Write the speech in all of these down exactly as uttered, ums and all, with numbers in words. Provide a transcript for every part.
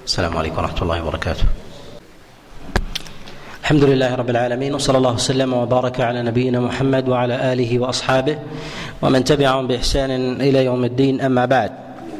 السلام عليكم ورحمة الله وبركاته. الحمد لله رب العالمين، وصلى الله وسلم وبارك على نبينا محمد وعلى آله وأصحابه ومن تبعهم بإحسان إلى يوم الدين. أما بعد،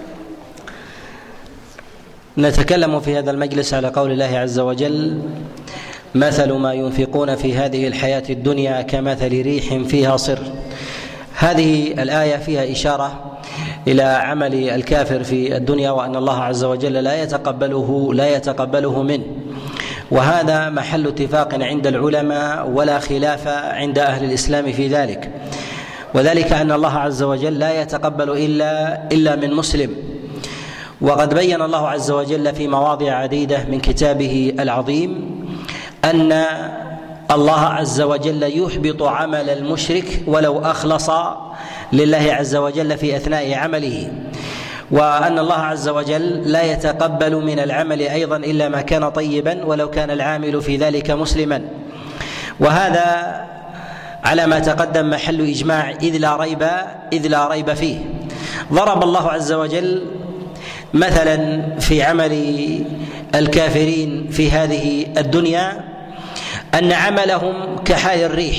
نتكلم في هذا المجلس على قول الله عز وجل: مثل ما ينفقون في هذه الحياة الدنيا كمثل ريح فيها صر. هذه الآية فيها إشارة إلى عمل الكافر في الدنيا، وأن الله عز وجل لا يتقبله لا يتقبله منه، وهذا محل اتفاق عند العلماء ولا خلاف عند أهل الإسلام في ذلك، وذلك أن الله عز وجل لا يتقبل إلا إلا من مسلم. وقد بين الله عز وجل في مواضع عديدة من كتابه العظيم أن الله عز وجل يحبط عمل المشرك ولو أخلص لله عز وجل في أثناء عمله، وأن الله عز وجل لا يتقبل من العمل أيضا إلا ما كان طيبا ولو كان العامل في ذلك مسلما، وهذا على ما تقدم محل إجماع إذ لا ريب إذ لا ريب فيه. ضرب الله عز وجل مثلا في عمل الكافرين في هذه الدنيا أن عملهم كحال الريح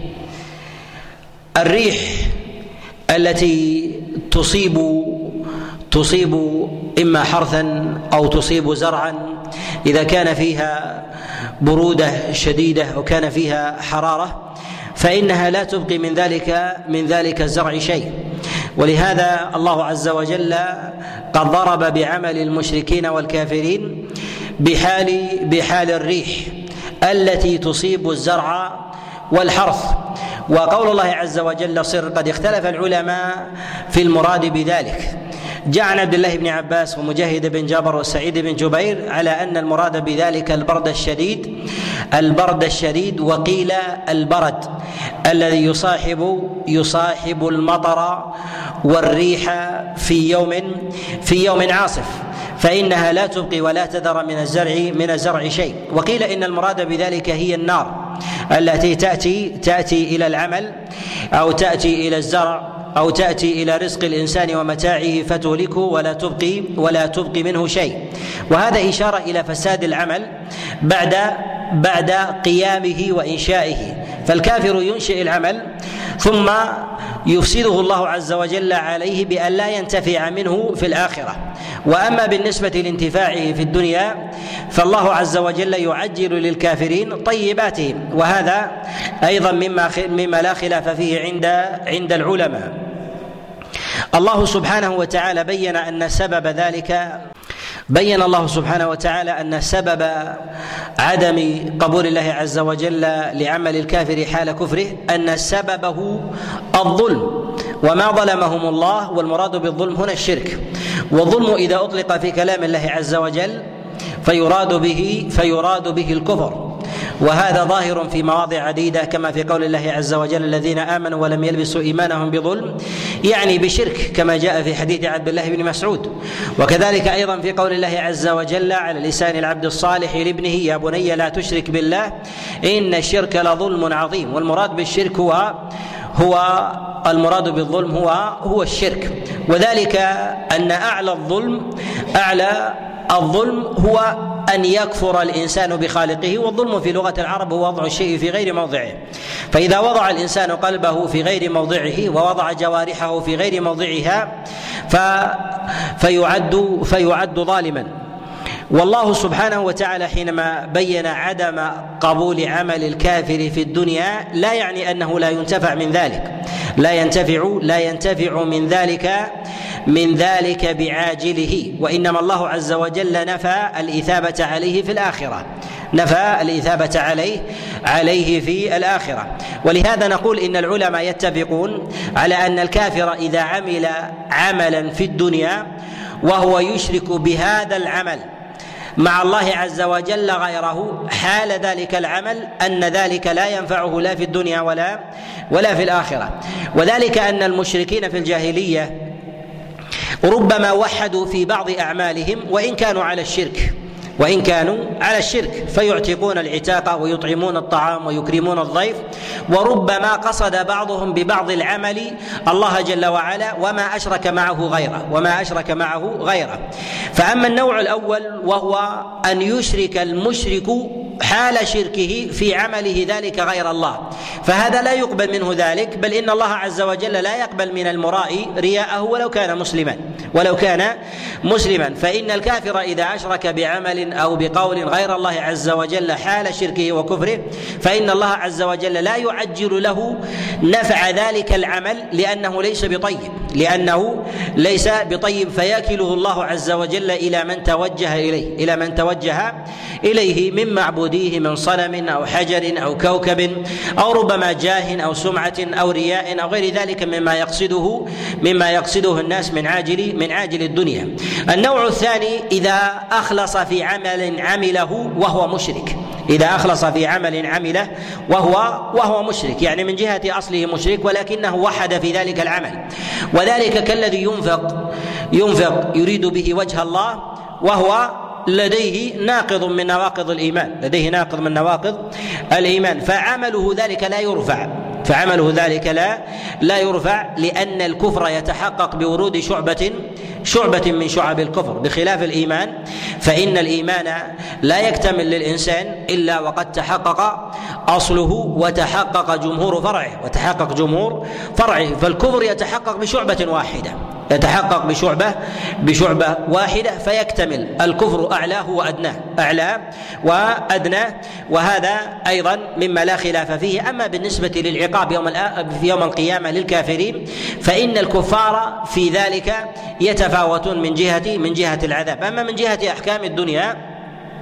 الريح التي تصيب تصيب إما حرثا أو تصيب زرعا إذا كان فيها برودة شديدة وكان فيها حرارة، فإنها لا تبقي من ذلك من ذلك الزرع شيء. ولهذا الله عز وجل قد ضرب بعمل المشركين والكافرين بحال بحال الريح التي تصيب الزرع والحرث. وقول الله عز وجل صر قد اختلف العلماء في المراد بذلك. جاء عن عبد الله بن عباس ومجاهد بن جابر وسعيد بن جبير على أن المراد بذلك البرد الشديد البرد الشديد وقيل البرد الذي يصاحب يصاحب المطر والريح في يوم في يوم عاصف، فإنها لا تبقي ولا تذر من الزرع من الزرع شيء. وقيل إن المراد بذلك هي النار التي تأتي تأتي إلى العمل أو تأتي إلى الزرع أو تأتي إلى رزق الإنسان ومتاعه فتهلكه ولا تبقي ولا تبقي منه شيء. وهذا إشارة إلى فساد العمل بعد بعد قيامه وإنشائه، فالكافر ينشئ العمل ثم يفسده الله عز وجل عليه بأن لا ينتفع منه في الآخرة. وأما بالنسبة لانتفاعه في الدنيا فالله عز وجل يعجل للكافرين طيباتهم، وهذا أيضا مما مما لا خلاف فيه عند عند العلماء. الله سبحانه وتعالى بين أن سبب ذلك بين الله سبحانه وتعالى أن سبب عدم قبول الله عز وجل لعمل الكافر حال كفره أن سببه الظلم، وما ظلمهم الله، والمراد بالظلم هنا الشرك. والظلم إذا أطلق في كلام الله عز وجل فيراد به فيراد به الكفر، وهذا ظاهر في مواضع عديدة كما في قول الله عز وجل: الذين آمنوا ولم يلبسوا إيمانهم بظلم، يعني بشرك، كما جاء في حديث عبد الله بن مسعود. وكذلك أيضا في قول الله عز وجل على لسان العبد الصالح لابنه: يا بني لا تشرك بالله إن الشرك لظلم عظيم. والمراد بالشرك هو هو المراد بالظلم هو هو الشرك، وذلك أن أعلى الظلم أعلى الظلم هو أن يكفر الإنسان بخالقه. والظلم في لغة العرب هو وضع الشيء في غير موضعه، فإذا وضع الإنسان قلبه في غير موضعه ووضع جوارحه في غير موضعها ف... فيعد فيعد ظالما. والله سبحانه وتعالى حينما بين عدم قبول عمل الكافر في الدنيا لا يعني أنه لا ينتفع من ذلك لا ينتفع لا ينتفع من ذلك من ذلك بعاجله، وإنما الله عز وجل نفى الإثابة عليه في الآخرة نفى الإثابة عليه عليه في الآخرة. ولهذا نقول إن العلماء يتفقون على أن الكافر إذا عمل عملا في الدنيا وهو يشرك بهذا العمل مع الله عز وجل غيره، حال ذلك العمل أن ذلك لا ينفعه لا في الدنيا ولا ولا في الآخرة. وذلك أن المشركين في الجاهلية ربما وحدوا في بعض أعمالهم وإن كانوا على الشرك، وإن كانوا على الشرك، فيعتقون العتاق ويطعمون الطعام ويكرمون الضيف، وربما قصد بعضهم ببعض العمل الله جل وعلا وما أشرك معه غيره وما أشرك معه غيره. فأما النوع الأول وهو أن يشرك المشرك حال شركه في عمله ذلك غير الله، فهذا لا يقبل منه ذلك، بل إن الله عز وجل لا يقبل من المرائي رياءه ولو كان مسلما ولو كان مسلما فإن الكافر إذا أشرك بعمل أو بقول غير الله عز وجل حال شركه وكفره فإن الله عز وجل لا يعجل له نفع ذلك العمل لأنه ليس بطيب لأنه ليس بطيب فيكله الله عز وجل إلى من توجه إليه إلى من توجه إليه من معبوديه من صنم أو حجر أو كوكب أو ربما جاه أو سمعة أو رياء أو غير ذلك مما يقصده مما يقصده الناس من عاجل من عاجل الدنيا. النوع الثاني إذا أخلص في عمل عمله وهو مشرك إذا أخلص في عمل عمله وهو وهو مشرك، يعني من جهة أصله مشرك ولكنه وحد في ذلك العمل، وذلك كالذي ينفق ينفق يريد به وجه الله وهو لديه ناقض من نواقض الإيمان لديه ناقض من نواقض الإيمان فعمله ذلك لا يرفع فعمله ذلك لا لا يرفع لأن الكفر يتحقق بورود شعبة شعبة من شعب الكفر، بخلاف الإيمان فإن الإيمان لا يكتمل للإنسان إلا وقد تحقق أصله وتحقق جمهور فرعه وتحقق جمهور فرعه فالكفر يتحقق بشعبة واحدة يتحقق بشعبة بشعبة واحدة فيكتمل الكفر أعلاه وأدناه أعلى وأدناه وهذا أيضا مما لا خلاف فيه. أما بالنسبة للعقاب يوم في يوم القيامة للكافرين فإن الكفار في ذلك يتفاوتون من جهة من جهة العذاب. أما من جهة أحكام الدنيا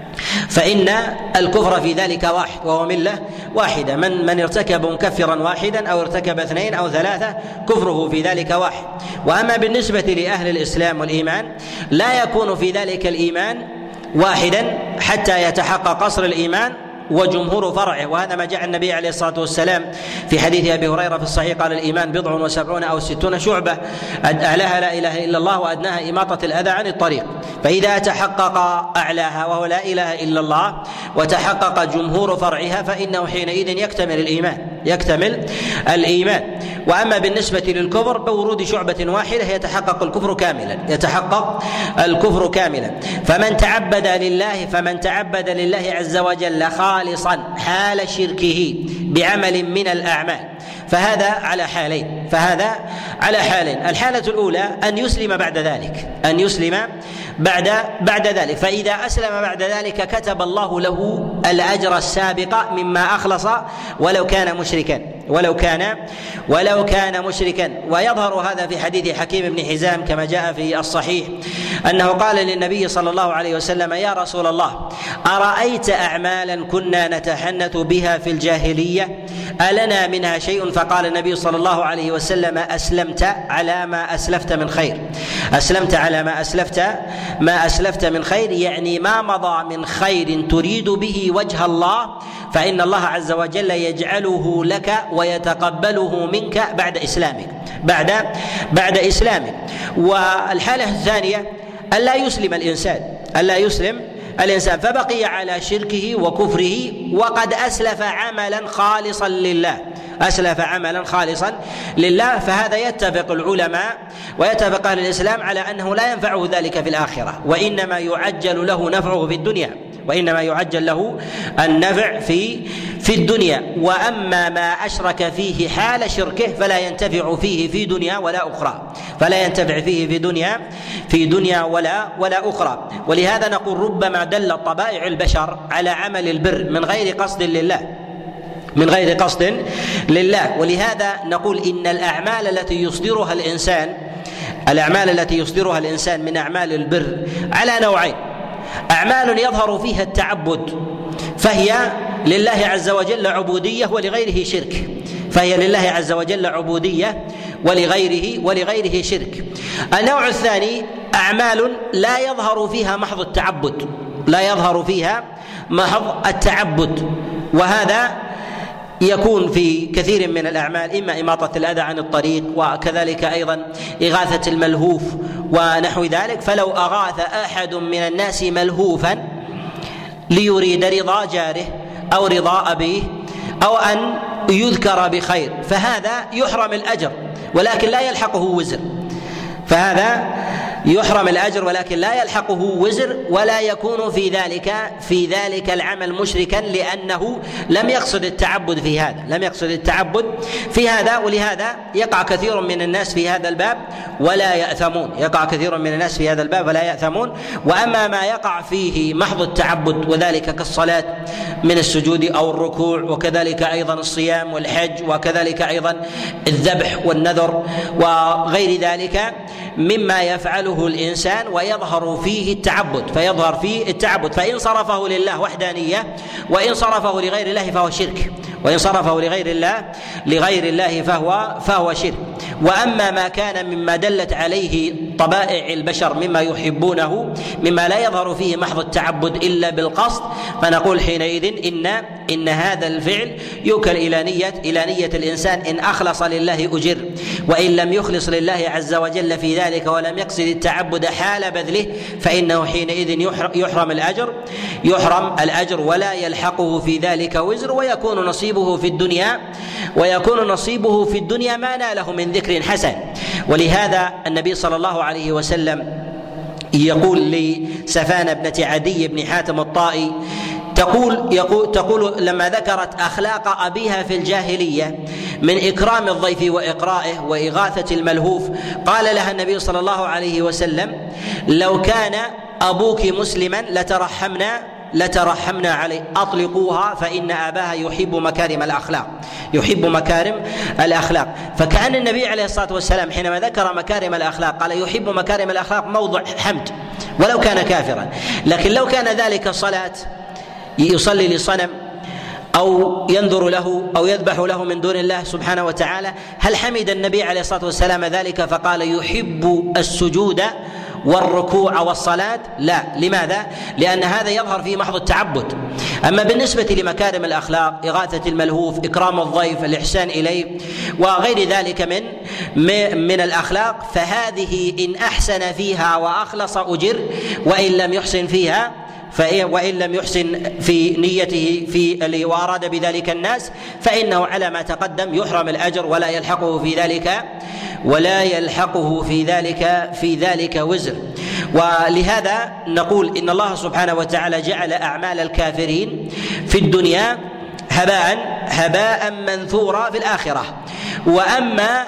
فإن الكفر في ذلك واحد وهو ملة واحدة، من من ارتكب مكفرا واحدا أو ارتكب اثنين أو ثلاثة كفره في ذلك واحد. وأما بالنسبة لأهل الإسلام والإيمان لا يكون في ذلك الإيمان واحدا حتى يتحقق قصر الإيمان وجمهور فرعه، وهذا ما جاء النبي عليه الصلاة والسلام في حديث أبي هريرة في الصحيح قال الإيمان بضع وسبعون أو ستون شعبة أعلاها لا إله إلا الله وأدناها إماطة الأذى عن الطريق. فإذا تحقق أعلاها وهو لا إله إلا الله وتحقق جمهور فرعها فإنه حينئذ يكتمل الإيمان يكتمل الإيمان. وأما بالنسبة للكفر بورود شعبة واحدة يتحقق الكفر كاملا يتحقق الكفر كاملا. فمن تعبد لله فمن تعبد لله عز وجل خالصا حال شركه بعمل من الأعمال فهذا على حالين فهذا على حالين الحالة الأولى أن يسلم بعد ذلك أن يسلم بعد بعد ذلك فإذا أسلم بعد ذلك كتب الله له الأجر السابق مما أخلص ولو كان مشركا ولو كان ولو كان مشركا. ويظهر هذا في حديث حكيم بن حزام كما جاء في الصحيح أنه قال للنبي صلى الله عليه وسلم يا رسول الله أرأيت أعمالا كنا نتحنث بها في الجاهلية ألنا منها شيء؟ فقال النبي صلى الله عليه وسلم أسلمت على ما أسلفت من خير أسلمت على ما أسلفت ما أسلفت من خير يعني ما مضى من خير تريد به وجه الله فإن الله عز وجل يجعله لك ويتقبله منك بعد إسلامك بعد بعد إسلامك. والحالة الثانية ألا يسلم الإنسان ألا يسلم الإنسان فبقي على شركه وكفره وقد أسلف عملا خالصا لله أسلف عملا خالصا لله فهذا يتفق العلماء ويتفق أهل الإسلام على أنه لا ينفعه ذلك في الآخرة وإنما يعجل له نفعه في الدنيا وإنما يعجل له النفع في في الدنيا. وأما ما أشرك فيه حال شركه فلا ينتفع فيه في دنيا ولا أخرى فلا ينتفع فيه في دنيا في دنيا ولا ولا أخرى. ولهذا نقول ربما دل طبائع البشر على عمل البر من غير قصد لله من غير قصد لله. ولهذا نقول إن الأعمال التي يصدرها الإنسان الأعمال التي يصدرها الإنسان من أعمال البر على نوعين: أعمال يظهر فيها التعبد فهي لله عز وجل عبودية ولغيره شرك فهي لله عز وجل عبودية ولغيره ولغيره شرك. النوع الثاني أعمال لا يظهر فيها محض التعبد لا يظهر فيها محض التعبد وهذا يكون في كثير من الأعمال إما إماطة الأذى عن الطريق وكذلك أيضا إغاثة الملهوف ونحو ذلك. فلو أغاث أحد من الناس ملهوفا ليريد رضا جاره أو رضا أبيه أو أن يذكر بخير، فهذا يحرم الأجر ولكن لا يلحقه وزر، فهذا يحرم الأجر ولكن لا يلحقه وزر، ولا يكون في ذلك في ذلك العمل مشركا، لأنه لم يقصد التعبد في هذا، لم يقصد التعبد في هذا. ولهذا يقع كثير من الناس في هذا الباب ولا يأثمون، يقع كثير من الناس في هذا الباب ولا يأثمون. وأما ما يقع فيه محض التعبد وذلك كالصلاة من السجود أو الركوع، وكذلك أيضا الصيام والحج، وكذلك أيضا الذبح والنذر وغير ذلك مما يفعله الإنسان ويظهر فيه التعبد، فيظهر فيه التعبد، فإن صرفه لله وحدانية، وإن صرفه لغير الله فهو شرك، وإن صرفه لغير الله لغير الله فهو فهو شرك. وأما ما كان مما دلت عليه طبائع البشر مما يحبونه مما لا يظهر فيه محض التعبد إلا بالقصد، فنقول حينئذ إن إن هذا الفعل يوكل إلى نية إلى نية الإنسان، إن أخلص لله أجر، وإن لم يخلص لله عز وجل في ذلك ولم يقصد التعبد حال بذله فإنه حينئذ يحرم الأجر يحرم الأجر ولا يلحقه في ذلك وزر، ويكون نصيبه في الدنيا ويكون نصيبه في الدنيا ما ناله من ذكر حسن. ولهذا النبي صلى الله عليه وسلم يقول لسفانة ابنة عدي بن حاتم الطائي، تقول يقول تقول لما ذكرت أخلاق أبيها في الجاهلية من إكرام الضيف وإقرائه وإغاثة الملهوف، قال لها النبي صلى الله عليه وسلم: لو كان أبوك مسلما لترحمنا لترحمنا عليه، أطلقوها فإن أباها يحب مكارم الأخلاق يحب مكارم الأخلاق. فكأن النبي عليه الصلاة والسلام حينما ذكر مكارم الأخلاق قال يحب مكارم الأخلاق موضع حمد ولو كان كافرا، لكن لو كان ذلك صلاة يصلي لصنم أو ينذر له أو يذبح له من دون الله سبحانه وتعالى، هل حمد النبي عليه الصلاة والسلام ذلك فقال يحب السجود والركوع والصلاة؟ لا. لماذا؟ لأن هذا يظهر فيه محض التعبد. أما بالنسبة لمكارم الأخلاق، إغاثة الملهوف، إكرام الضيف، الإحسان إليه وغير ذلك من من الأخلاق، فهذه إن أحسن فيها وأخلص أجر، وإن لم يحسن فيها وإن لم يحسن في نيته في وأراد بذلك الناس فإنه على ما تقدم يحرم الأجر ولا يلحقه في ذلك ولا يلحقه في ذلك في ذلك وزر. ولهذا نقول إن الله سبحانه وتعالى جعل أعمال الكافرين في الدنيا هباء هباء منثورا في الآخرة. وأما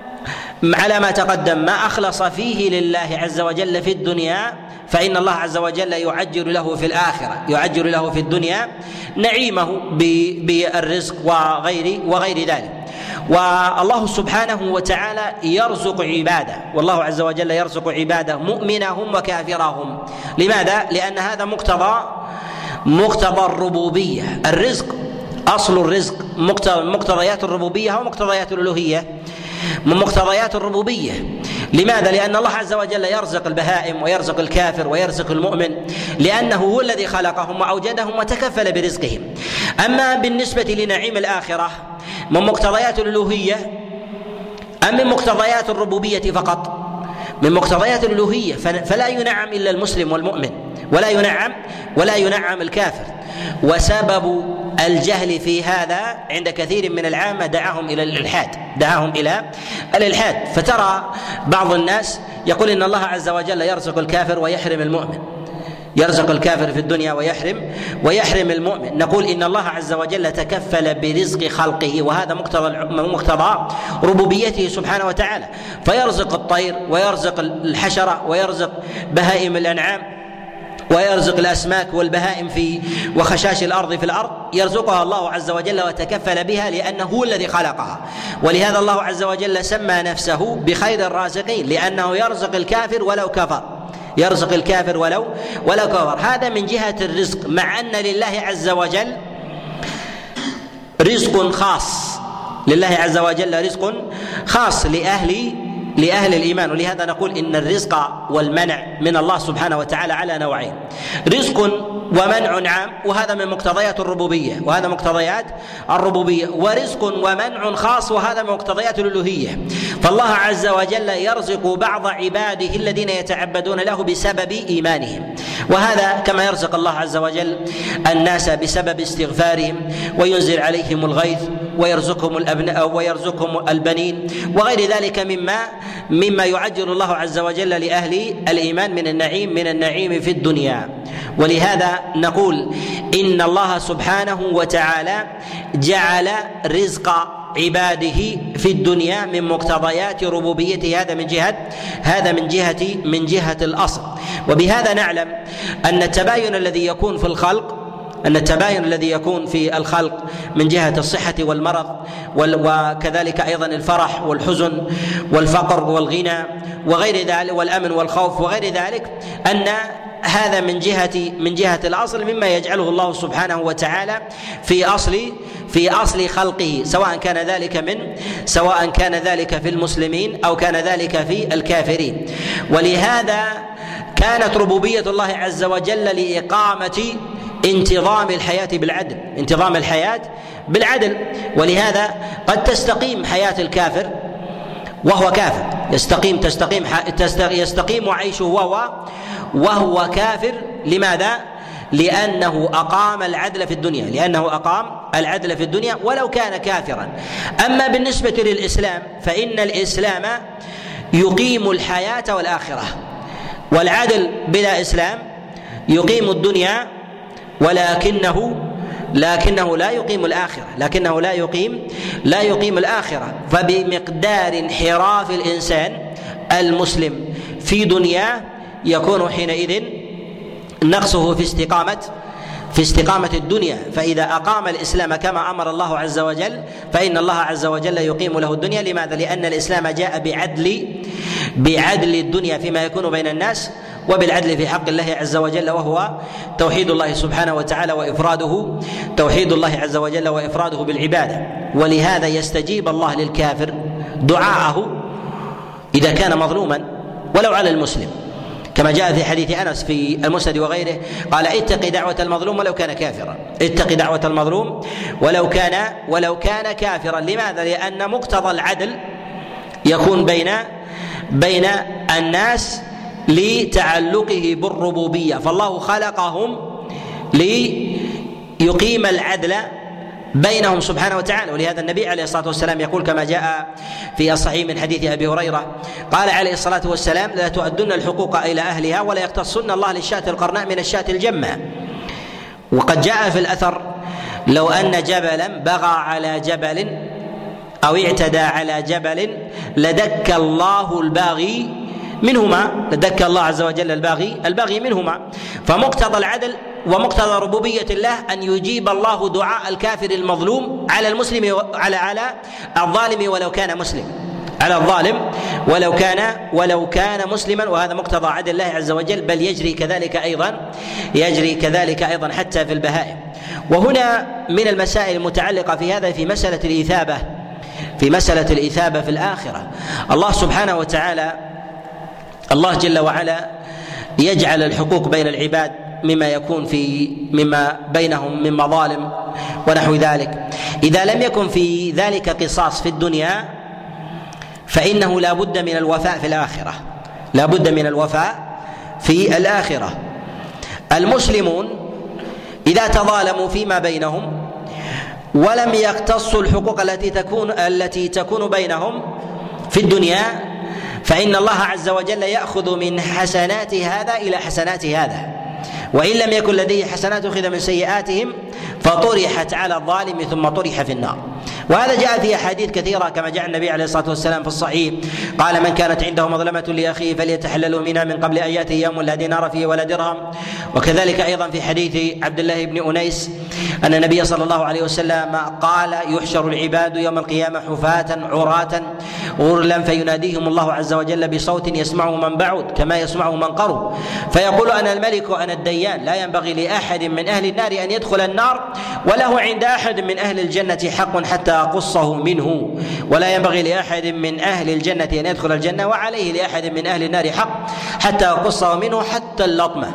على ما تقدم ما أخلص فيه لله عز وجل في الدنيا فإن الله عز وجل يعجل له في الآخرة يعجل له في الدنيا نعيمه بالرزق وغير وغير ذلك. والله سبحانه وتعالى يرزق عباده، والله عز وجل يرزق عباده مؤمنهم وكافرهم. لماذا؟ لأن هذا مقتضى مقتضى الربوبية. الرزق أصل الرزق مقتضيات الربوبية ومقتضيات الألوهية من مقتضيات الربوبية. لماذا؟ لأن الله عز وجل يرزق البهائم ويرزق الكافر ويرزق المؤمن، لأنه هو الذي خلقهم وأوجدهم وتكفل برزقهم. أما بالنسبة لنعيم الآخرة من مقتضيات الألوهية أم من مقتضيات الربوبية فقط؟ من مقتضيات الألوهية، فلا ينعم إلا المسلم والمؤمن، ولا ينعم ولا ينعم الكافر. وسبب الجهل في هذا عند كثير من العامة دعاهم إلى الإلحاد دعاهم إلى الإلحاد فترى بعض الناس يقول إن الله عز وجل يرزق الكافر ويحرم المؤمن، يرزق الكافر في الدنيا ويحرم ويحرم المؤمن. نقول إن الله عز وجل تكفل برزق خلقه، وهذا مقتضى مقتضى ربوبيته سبحانه وتعالى، فيرزق الطير ويرزق الحشرة ويرزق بهائم الأنعام ويرزق الأسماك والبهائم في وخشاش الأرض في الأرض، يرزقها الله عز وجل وتكفل بها لأنه هو الذي خلقها. ولهذا الله عز وجل سمى نفسه بخير الرازقين، لأنه يرزق الكافر ولو كفر يرزق الكافر ولو ولو كفر. هذا من جهة الرزق، مع أن لله عز وجل رزق خاص لله عز وجل رزق خاص لأهل لأهل الإيمان. ولهذا نقول إن الرزق والمنع من الله سبحانه وتعالى على نوعين: رزق ومنع عام، وهذا من مقتضيات الربوبية، وهذا مقتضيات الربوبية. ورزق ومنع خاص، وهذا من مقتضيات الألوهية. فالله عز وجل يرزق بعض عباده الذين يتعبدون له بسبب إيمانهم، وهذا كما يرزق الله عز وجل الناس بسبب استغفارهم، وينزل عليهم الغيث، ويرزقهم الأبناء ويرزقهم البنين، وغير ذلك مما مما يعجل الله عز وجل لأهل الإيمان من النعيم من النعيم في الدنيا. ولهذا نقول إن الله سبحانه وتعالى جعل رزق عباده في الدنيا من مقتضيات ربوبيته، هذا من جهة هذا من جهة من جهة الأصل. وبهذا نعلم أن التباين الذي يكون في الخلق أن التباين الذي يكون في الخلق من جهة الصحة والمرض، وكذلك أيضا الفرح والحزن والفقر والغنى وغير ذلك، والأمن والخوف وغير ذلك، أن هذا من جهة من جهة الأصل مما يجعله الله سبحانه وتعالى في أصل في أصل خلقه، سواء كان ذلك من سواء كان ذلك في المسلمين أو كان ذلك في الكافرين. ولهذا كانت ربوبية الله عز وجل لإقامة انتظام الحياة بالعدل انتظام الحياة بالعدل ولهذا قد تستقيم حياة الكافر وهو كافر، يستقيم تستقيم يستقيم عيشه وهو وهو كافر. لماذا؟ لأنه أقام العدل في الدنيا لأنه أقام العدل في الدنيا ولو كان كافرا. أما بالنسبة للإسلام فإن الإسلام يقيم الحياة والآخرة، والعدل بلا إسلام يقيم الدنيا ولكنه لكنه لا يقيم الآخرة لكنه لا يقيم لا يقيم الآخرة. فبمقدار انحراف الإنسان المسلم في دنياه يكون حينئذ نقصه في استقامة في استقامة الدنيا. فإذا أقام الإسلام كما أمر الله عز وجل فإن الله عز وجل يقيم له الدنيا. لماذا؟ لأن الإسلام جاء بعدل بعدل الدنيا فيما يكون بين الناس، وبالعدل في حق الله عز وجل، وهو توحيد الله سبحانه وتعالى وإفراده توحيد الله عز وجل وإفراده بالعبادة. ولهذا يستجيب الله للكافر دعاءه إذا كان مظلوما ولو على المسلم، كما جاء في حديث أنس في المسند وغيره قال: اتق دعوة المظلوم ولو كان كافرا اتق دعوة المظلوم ولو كان ولو كان كافرا. لماذا؟ لأن مقتضى العدل يكون بين بين الناس لتعلقه بالربوبية، فالله خلقهم ليقيم العدل بينهم سبحانه وتعالى. ولهذا النبي عليه الصلاة والسلام يقول كما جاء في الصحيح من حديث أبي هريرة قال عليه الصلاة والسلام: لا تؤدن الحقوق إلى أهلها ولا يقتصن الله للشاة القرناء من الشاة الجمة. وقد جاء في الأثر: لو أن جبلا بغى على جبل أو اعتدى على جبل لدك الله الباغي منهما لدك الله عز وجل الباغي الباغي منهما. فمقتضى العدل ومقتضى ربوبية الله أن يجيب الله دعاء الكافر المظلوم على المسلم على على الظالم ولو كان مسلم على الظالم ولو كان ولو كان مسلما. وهذا مقتضى عدل الله عز وجل، بل يجري كذلك أيضا يجري كذلك أيضا حتى في البهائم. وهنا من المسائل المتعلقة في هذا في مسألة الإثابة في مسألة الإثابة في الآخرة. الله سبحانه وتعالى الله جل وعلا يجعل الحقوق بين العباد مما يكون في مما بينهم من مظالم ونحو ذلك. إذا لم يكن في ذلك قصاص في الدنيا فإنه لا بد من الوفاء في الآخرة لا بد من الوفاء في الآخرة. المسلمون إذا تظالموا فيما بينهم ولم يقتصوا الحقوق التي تكون التي تكون بينهم في الدنيا فإن الله عز وجل يأخذ من حسنات هذا إلى حسنات هذا، وإن لم يكن لديه حسنات أخذ من سيئاتهم فطرحت على الظالم ثم طرح في النار. وهذا جاء في أحاديث كثيرة كما جاء النبي عليه الصلاة والسلام في الصحيح قال: من كانت عنده مظلمة لأخيه فليتحلل منها من قبل أن يأتي يوم لا دينار فيه ولا درهم. وكذلك أيضا في حديث عبد الله بن أنيس أن النبي صلى الله عليه وسلم قال: يحشر العباد يوم القيامة حفاة عراة غرلا فيناديهم الله عز وجل بصوت يسمعه من بعد كما يسمعه من قرب فيقول: أنا الملك وأنا الديان لا ينبغي لأحد من أهل النار أن يدخل النار وله عند أحد من أهل الجنة حق حتى أقصه منه، ولا ينبغي لأحد من أهل الجنة أن يدخل الجنة وعليه لأحد من أهل النار حق حتى أقصه منه حتى اللطمة.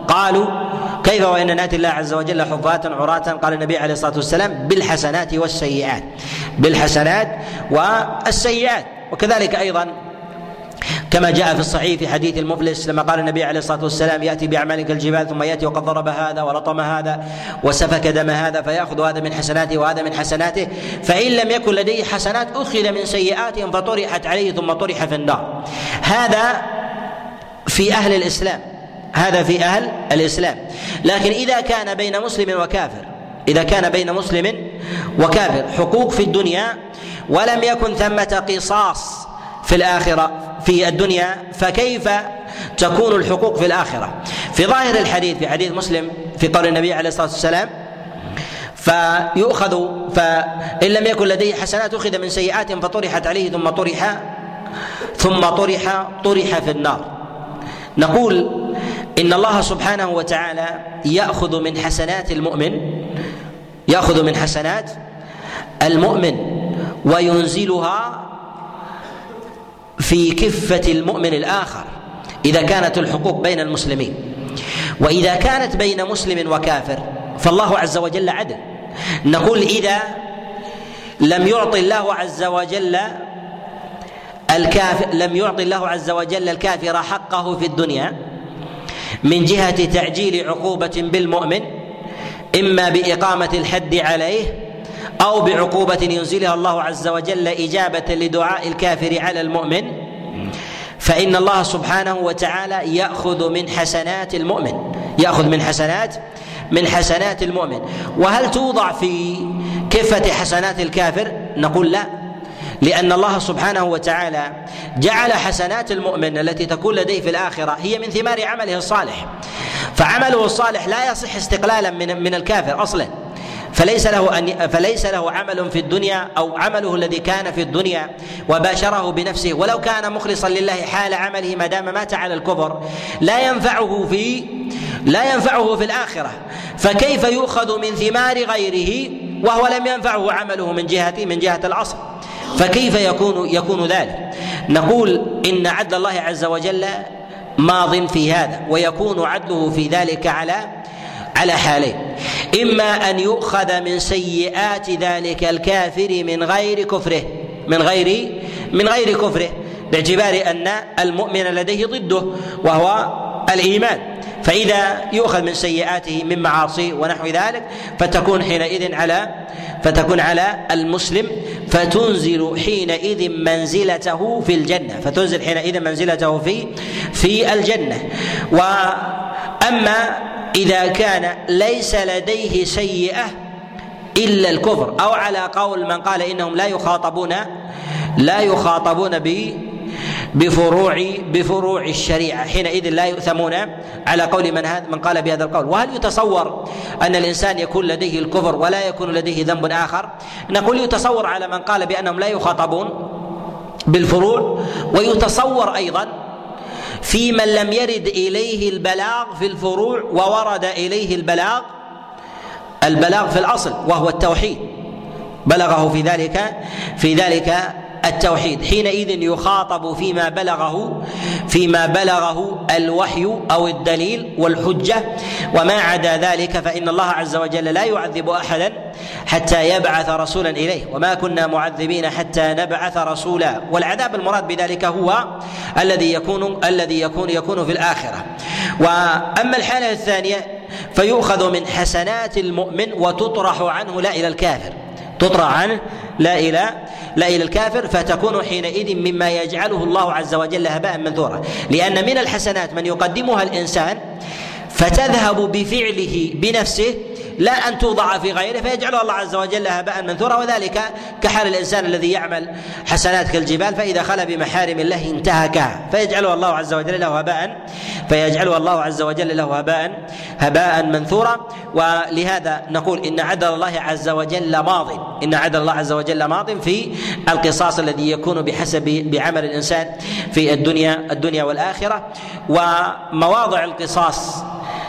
قالوا كيف وإن نأتي الله عز وجل حفاة عراة؟ قال النبي عليه الصلاة والسلام بالحسنات والسيئات، بالحسنات والسيئات. وكذلك أيضا كما جاء في الصحيح في حديث المفلس لما قال النبي عليه الصلاة والسلام يأتي بأعمال كالجبال ثم يأتي وقد ضرب هذا ولطم هذا وسفك دم هذا فيأخذ هذا من حسناته وهذا من حسناته، فإن لم يكن لديه حسنات أخذ من سيئاتهم فطرحت عليه ثم طرح في النار. هذا في أهل الإسلام، هذا في أهل الإسلام. لكن إذا كان بين مسلم وكافر، إذا كان بين مسلم وكافر حقوق في الدنيا ولم يكن ثمة قصاص في الآخرة في الدنيا، فكيف تكون الحقوق في الآخرة؟ في ظاهر الحديث في حديث مسلم في قول النبي عليه الصلاة والسلام فيؤخذ فإن لم يكن لديه حسنات أخذ من سيئات فطرحت عليه ثم طرح ثم طرح طرح في النار. نقول إن الله سبحانه وتعالى يأخذ من حسنات المؤمن يأخذ من حسنات المؤمن وينزلها في كفة المؤمن الآخر إذا كانت الحقوق بين المسلمين. وإذا كانت بين مسلم وكافر فالله عز وجل عدل. نقول إذا لم يعطي الله عز وجل الكافر لم يعطي الله عز وجل الكافر حقه في الدنيا من جهة تعجيل عقوبة بالمؤمن إما بإقامة الحد عليه أو بعقوبة ينزلها الله عز وجل إجابة لدعاء الكافر على المؤمن، فإن الله سبحانه وتعالى يأخذ من حسنات المؤمن يأخذ من حسنات من حسنات المؤمن. وهل توضع في كفة حسنات الكافر؟ نقول لا، لأن الله سبحانه وتعالى جعل حسنات المؤمن التي تكون لديه في الآخرة هي من ثمار عمله الصالح، فعمله الصالح لا يصح استقلالا من من الكافر أصلا، فليس له أن فليس له عمل في الدنيا أو عمله الذي كان في الدنيا وباشره بنفسه ولو كان مخلصا لله حال عمله ما دام مات على الكفر لا ينفعه في لا ينفعه في الآخرة، فكيف يؤخذ من ثمار غيره وهو لم ينفعه عمله من جهة من جهة الأصل؟ فكيف يكون يكون ذلك؟ نقول إن عدل الله عز وجل ماض في هذا، ويكون عدله في ذلك على على حالين: إما أن يؤخذ من سيئات ذلك الكافر من غير كفره من غير من غير كفره باعتبار أن المؤمن لديه ضده وهو الإيمان، فإذا يؤخذ من سيئاته من معاصي ونحو ذلك فتكون حينئذ على فتكون على المسلم فتنزل حينئذ منزلته في الجنة فتنزل حينئذ منزلته في في الجنة. وأما إذا كان ليس لديه سيئة إلا الكفر، أو على قول من قال إنهم لا يخاطبون لا يخاطبون ب بفروع بفروع الشريعة، حينئذ لا يؤثمون على قول من هذا من قال بهذا القول. وهل يتصور أن الإنسان يكون لديه الكفر ولا يكون لديه ذنب آخر؟ نقول يتصور على من قال بأنهم لا يخاطبون بالفروع، ويتصور أيضا في من لم يرد إليه البلاغ في الفروع وورد إليه البلاغ البلاغ في الأصل وهو التوحيد، بلغه في ذلك في ذلك التوحيد، حينئذ يخاطب فيما بلغه فيما بلغه الوحي أو الدليل والحجة. وما عدا ذلك فإن الله عز وجل لا يعذب أحدا حتى يبعث رسولا إليه، وما كنا معذبين حتى نبعث رسولا. والعذاب المراد بذلك هو الذي يكون الذي يكون يكون في الآخرة. وأما الحالة الثانية فيؤخذ من حسنات المؤمن وتطرح عنه لا إلى الكافر تطرح عنه لا إلى لا إلى الكافر، فتكون حينئذ مما يجعله الله عز وجل هباء منثورا، لأن من الحسنات من يقدمها الإنسان فتذهب بفعله بنفسه لا أن توضع في غيره فيجعلها الله عز وجل هباء منثورا، وذلك كحال الإنسان الذي يعمل حسنات كالجبال فإذا خلا بمحارم الله انتهكها فيجعلها الله عز وجل له هباء فيجعلها الله عز وجل له هباء هباء منثورا. ولهذا نقول إن عدل الله عز وجل ماض إن عدل الله عز وجل ماض في القصاص الذي يكون بحسب بعمل الإنسان في الدنيا الدنيا والآخرة. ومواضع القصاص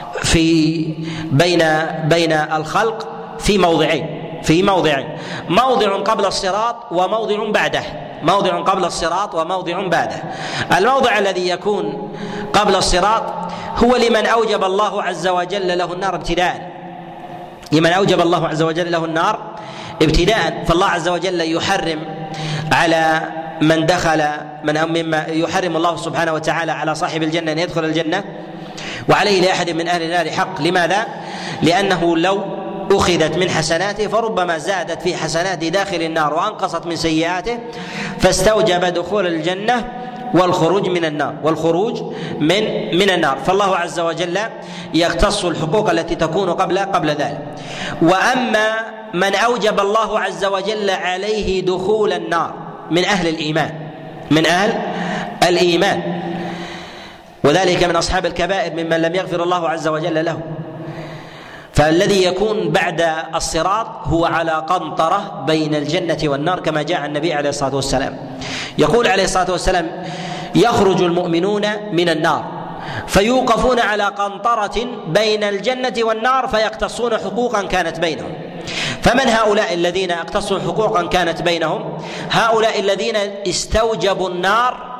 في بين بين الخلق في موضعين في موضعين موضع قبل الصراط وموضع بعده موضع قبل الصراط وموضع بعده. الموضع الذي يكون قبل الصراط هو لمن أوجب الله عز وجل له النار ابتداء، لمن أوجب الله عز وجل له النار ابتداء. فالله عز وجل يحرم على من دخل من مما يحرم الله سبحانه وتعالى على صاحب الجنة أن يدخل الجنة، وعليه لأحد من أهل النار حق. لماذا؟ لأنه لو أخذت من حسناته فربما زادت في حسناته داخل النار وأنقصت من سيئاته، فاستوجب دخول الجنة والخروج من النار والخروج من من النار. فالله عز وجل يختص الحقوق التي تكون قبل قبل ذلك. وأما من أوجب الله عز وجل عليه دخول النار من أهل الإيمان من أهل الإيمان وذلك من أصحاب الكبائر ممن لم يغفر الله عز وجل له، فالذي يكون بعد الصراط هو على قنطرة بين الجنة والنار كما جاء النبي عليه الصلاة والسلام. يقول عليه الصلاة والسلام: يخرج المؤمنون من النار فيوقفون على قنطرة بين الجنة والنار فيقتصون حقوقا كانت بينهم. فمن هؤلاء الذين اقتصوا حقوقا كانت بينهم؟ هؤلاء الذين استوجبوا النار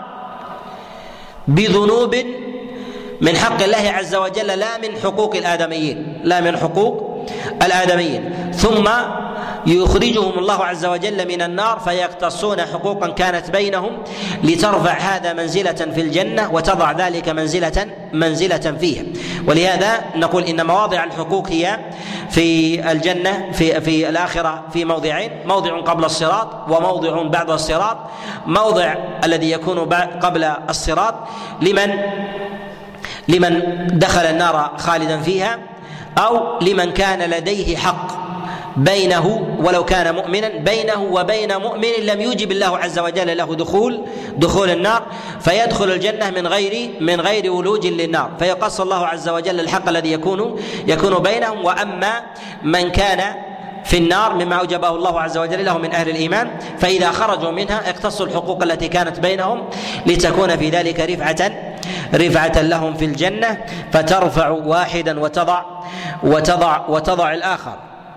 بذنوب من حق الله عز وجل لا من حقوق الآدميين لا من حقوق الآدميين ثم يخرجهم الله عز وجل من النار فيقتصون حقوقا كانت بينهم لترفع هذا منزلة في الجنة وتضع ذلك منزلة منزلة فيها. ولهذا نقول إن مواضع الحقوق هي في الجنة في في الآخرة في موضعين: موضع قبل الصراط وموضع بعد الصراط. موضع الذي يكون قبل الصراط لمن لمن دخل النار خالدا فيها، أو لمن كان لديه حق بينه ولو كان مؤمنا بينه وبين مؤمن لم يوجب الله عز وجل له دخول دخول النار، فيدخل الجنة من غير من غير ولوج للنار، فيقص الله عز وجل الحق الذي يكون يكون بينهم. وأما من كان في النار مما أوجبه الله عز وجل له من أهل الإيمان فإذا خرجوا منها اقتصوا الحقوق التي كانت بينهم لتكون في ذلك رفعة رفعة لهم في الجنة، فترفع واحدا وتضع وتضع وتضع الآخر.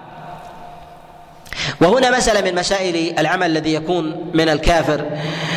وهنا مسألة من مسائل العمل الذي يكون من الكافر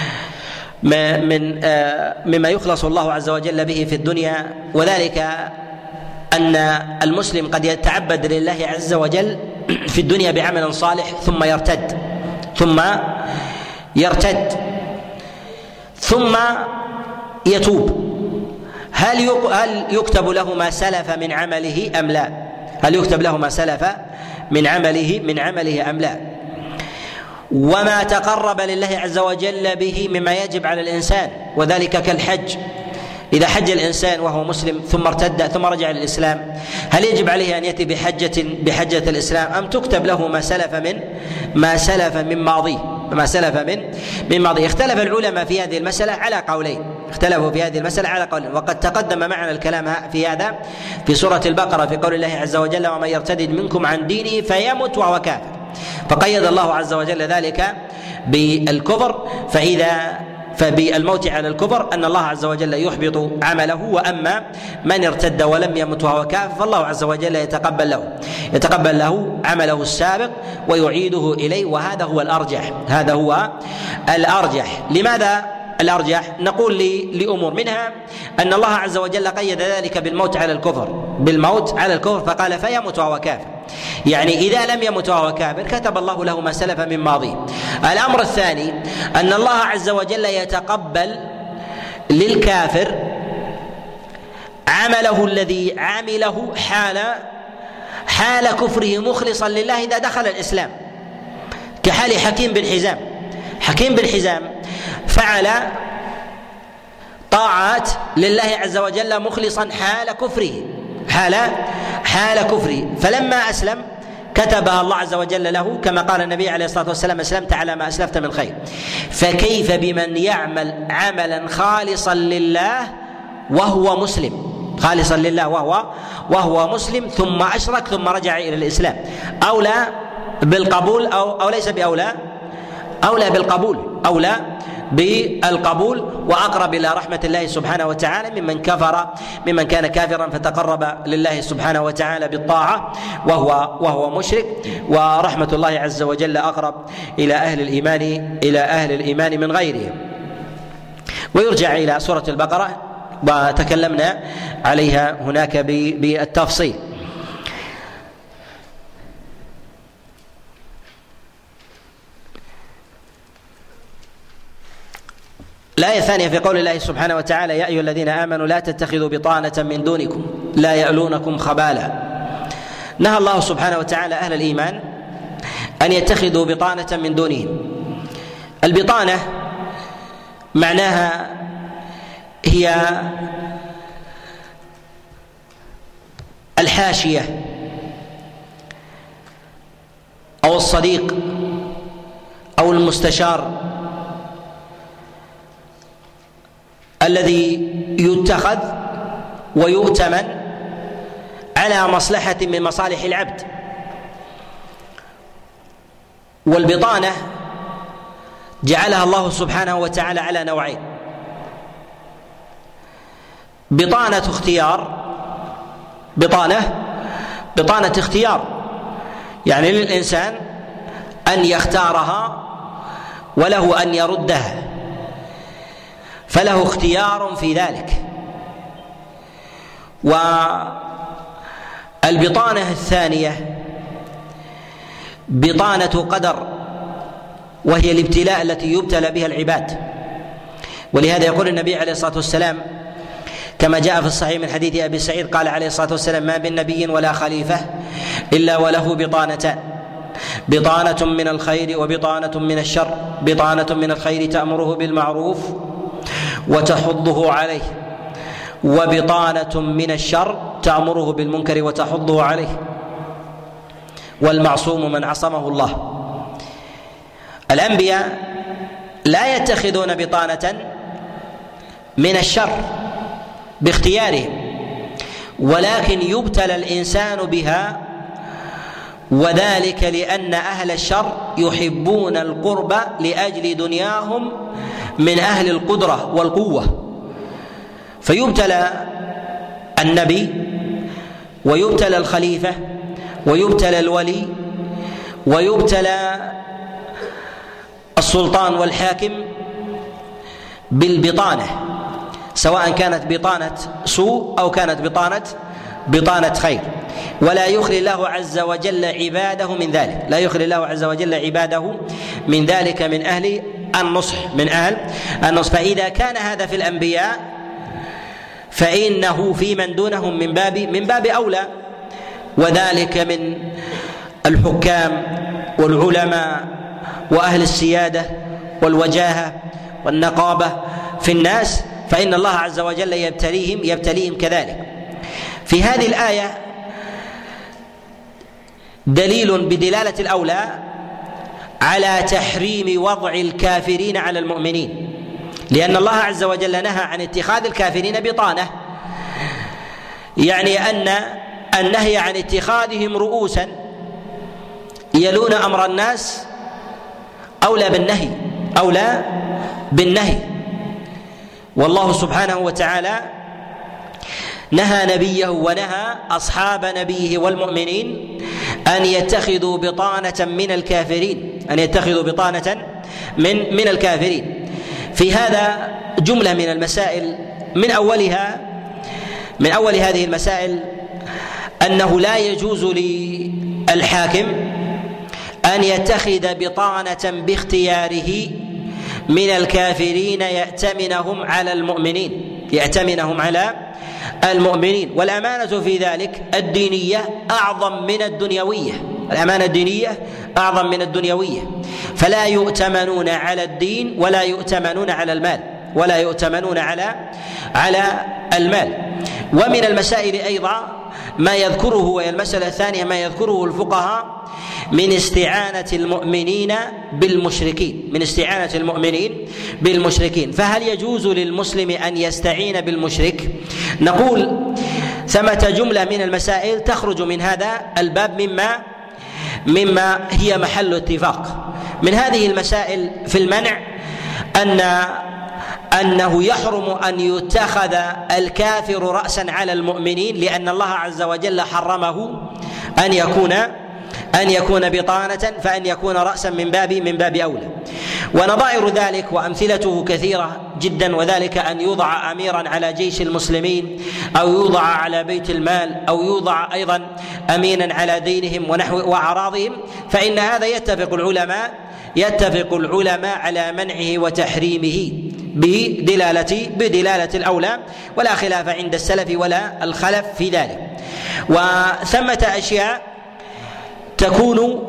من مما يخلص الله عز وجل به في الدنيا، وذلك أن المسلم قد يتعبد لله عز وجل في الدنيا بعمل صالح ثم يرتد ثم يرتد ثم يتوب. هل هل يكتب له ما سلف من عمله أم لا؟ هل يكتب له ما سلف من عمله من عمله أم لا؟ وما تقرب لله عز وجل به مما يجب على الإنسان، وذلك كالحج. إذا حج الإنسان وهو مسلم ثم ارتد ثم رجع للإسلام، هل يجب عليه أن يأتي بحجة بحجة الإسلام أم تكتب له ما سلف من ما سلف من ماضيه ما سلف من من ماضيه؟ اختلف العلماء في هذه المسألة على قولين اختلفوا في هذه المسألة على قولين وقد تقدم معنا الكلام في هذا في سورة البقرة في قول الله عز وجل: ومن يرتد منكم عن دينه فيمت وهو كافر. فقيد الله عز وجل ذلك بالكفر، فإذا فبالموت على الكفر أن الله عز وجل يحبط عمله. وأما من ارتد ولم يمت وهو كافر فالله عز وجل يتقبل له يتقبل له عمله السابق ويعيده إليه، وهذا هو الأرجح هذا هو الأرجح. لماذا الأرجح؟ نقول لأمور، منها أن الله عز وجل قيد ذلك بالموت على الكفر بالموت على الكفر فقال فيمت وهو كافر، يعني إذا لم يمت وهو كافر كتب الله له ما سلف من ماضيه. الأمر الثاني أن الله عز وجل يتقبل للكافر عمله الذي عمله حال حال كفره مخلصا لله إذا دخل الإسلام، كحال حكيم بن حزام. حكيم بن حزام فعل طاعات لله عز وجل مخلصا حال كفره حال حال كفره فلما أسلم كتبها الله عز وجل له كما قال النبي عليه الصلاة والسلام: أسلمت على ما أسلفت من خير. فكيف بمن يعمل عملا خالصا لله وهو مسلم خالصا لله وهو وهو مسلم ثم أشرك ثم رجع إلى الإسلام؟ أولى بالقبول أو أو ليس بأولى؟ أولى بالقبول أولى بالقبول وأقرب إلى رحمة الله سبحانه وتعالى ممن كفر ممن كان كافرا فتقرب لله سبحانه وتعالى بالطاعة وهو وهو مشرك. ورحمة الله عز وجل أقرب إلى أهل الإيمان إلى أهل الإيمان من غيرهم. ويرجع إلى سورة البقرة وتكلمنا عليها هناك بالتفصيل. الآية الثانية في قول الله سبحانه وتعالى: يا أيها الذين آمنوا لا تتخذوا بطانة من دونكم لا يألونكم خبالا. نهى الله سبحانه وتعالى أهل الإيمان أن يتخذوا بطانة من دونهم. البطانة معناها هي الحاشية أو الصديق أو المستشار الذي يتخذ ويؤتمن على مصلحة من مصالح العبد. والبطانة جعلها الله سبحانه وتعالى على نوعين: بطانة اختيار بطانة بطانة اختيار يعني للإنسان أن يختارها وله أن يردها، فله اختيار في ذلك. والبطانة الثانية بطانة قدر، وهي الابتلاء التي يبتلى بها العباد. ولهذا يقول النبي عليه الصلاة والسلام كما جاء في الصحيح من حديث أبي سعيد قال عليه الصلاة والسلام: ما من نبي ولا خليفة إلا وله بطانتان، بطانة من الخير وبطانة من الشر. بطانة من الخير تأمره بالمعروف وتحضه عليه، وبطانة من الشر تأمره بالمنكر وتحضه عليه. والمعصوم من عصمه الله. الأنبياء لا يتخذون بطانة من الشر باختيارهم، ولكن يبتلى الإنسان بها، وذلك لأن أهل الشر يحبون القرب لأجل دنياهم من أهل القدرة والقوة. فيبتلى النبي ويبتلى الخليفة ويبتلى الولي ويبتلى السلطان والحاكم بالبطانة، سواء كانت بطانة سوء أو كانت بطانة بطانة خير. ولا يخلي الله عز وجل عباده من ذلك، لا يخلي الله عز وجل عباده من ذلك من أهل النصح من أهل النصح. فإذا كان هذا في الأنبياء فإنه في من دونهم من باب من باب أولى، وذلك من الحكام والعلماء وأهل السيادة والوجاهة والنقابة في الناس، فإن الله عز وجل يبتليهم يبتليهم كذلك. في هذه الآية دليل بدلالة الأولى على تحريم وضع الكافرين على المؤمنين، لأن الله عز وجل نهى عن اتخاذ الكافرين بطانة، يعني أن النهي عن اتخاذهم رؤوسا يلون أمر الناس أولى بالنهي أولى بالنهي. والله سبحانه وتعالى نهى نبيه ونهى أصحاب نبيه والمؤمنين أن يتخذوا بطانة من الكافرين أن يتخذوا بطانة من من الكافرين. في هذا جملة من المسائل، من أولها من أول هذه المسائل أنه لا يجوز للحاكم أن يتخذ بطانة باختياره من الكافرين يأتمنهم على المؤمنين يأتمنهم على المؤمنين. والأمانة في ذلك الدينية أعظم من الدنيوية الأمانة الدينية أعظم من الدنيوية فلا يؤتمنون على الدين ولا يؤتمنون على المال ولا يؤتمنون على على المال. ومن المسائل أيضا ما يذكره، وهي المسألة الثانية ما يذكره الفقهاء من استعانة المؤمنين بالمشركين من استعانة المؤمنين بالمشركين. فهل يجوز للمسلم أن يستعين بالمشرك؟ نقول ثمة جملة من المسائل تخرج من هذا الباب مما مما هي محل اتفاق. من هذه المسائل في المنع أن أنه يحرم أن يتخذ الكافر رأسا على المؤمنين، لأن الله عز وجل حرمه أن يكون أن يكون بطانة، فأن يكون رأسا من باب من باب أولى. ونظائر ذلك وأمثلته كثيرة جدا، وذلك أن يوضع أميرا على جيش المسلمين، أو يوضع على بيت المال، أو يوضع أيضا أمينا على دينهم ونحو وأعراضهم، فإن هذا يتفق العلماء يتفق العلماء على منعه وتحريمه بدلالة بدلالة الأولى، ولا خلاف عند السلف ولا الخلف في ذلك. وثمة أشياء تكون